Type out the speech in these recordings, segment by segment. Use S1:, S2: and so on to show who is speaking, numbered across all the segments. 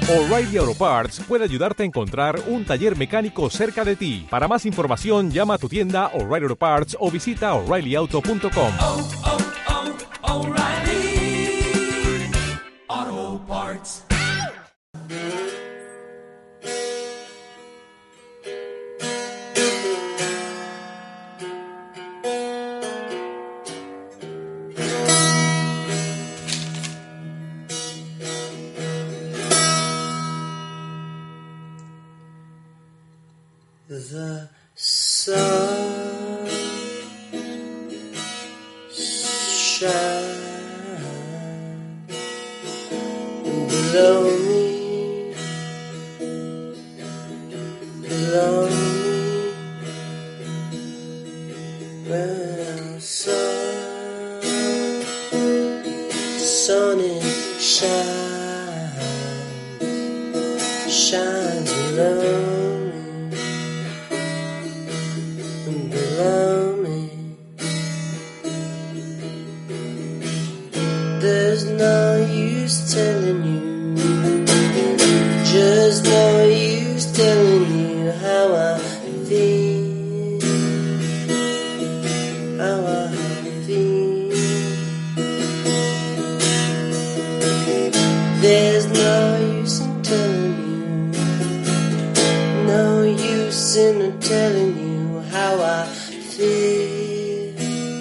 S1: O'Reilly Auto Parts puede ayudarte a encontrar un taller mecánico cerca de ti. Para más información, llama a tu tienda O'Reilly Auto Parts o visita O'ReillyAuto.com.
S2: O'Reilly Auto Parts.
S3: The sun shines below me, below me. Well, sun it shines below me. There's no use telling you, just no use telling you how I feel, how I feel. There's no use in telling you, no use in telling you how I feel.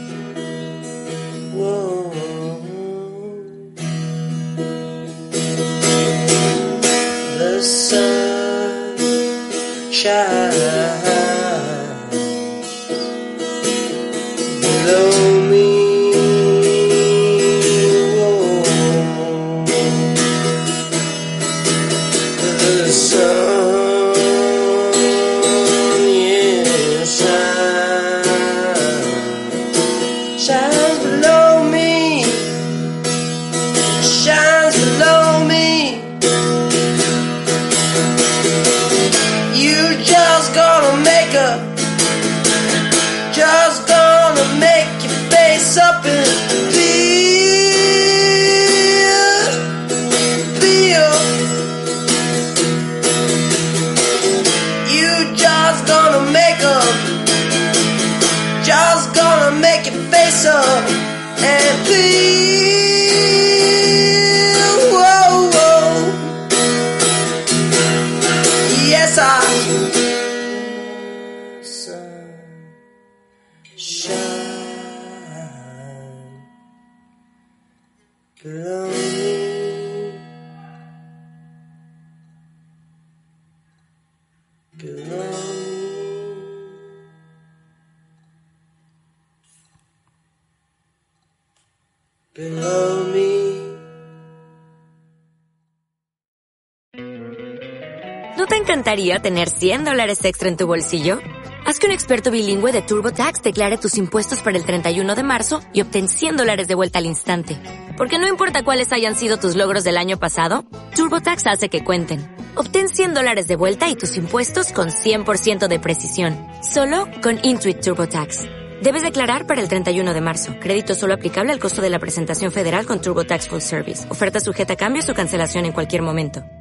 S3: Whoa. The sun shines below me. Whoa. The sun, yeah, shines below me, shines below me. You just gonna make your face up and feel. You just gonna make your face up and feel. Whoa, whoa. Yes, sun shine below me, below me. Below me.
S4: ¿No te encantaría tener $100 extra en tu bolsillo? Haz que un experto bilingüe de TurboTax declare tus impuestos para el 31 de marzo y obtén $100 de vuelta al instante. Porque no importa cuáles hayan sido tus logros del año pasado, TurboTax hace que cuenten. Obtén $100 de vuelta y tus impuestos con 100% de precisión. Solo con Intuit TurboTax. Debes declarar para el 31 de marzo. Crédito solo aplicable al costo de la presentación federal con TurboTax Full Service. Oferta sujeta a cambios o cancelación en cualquier momento.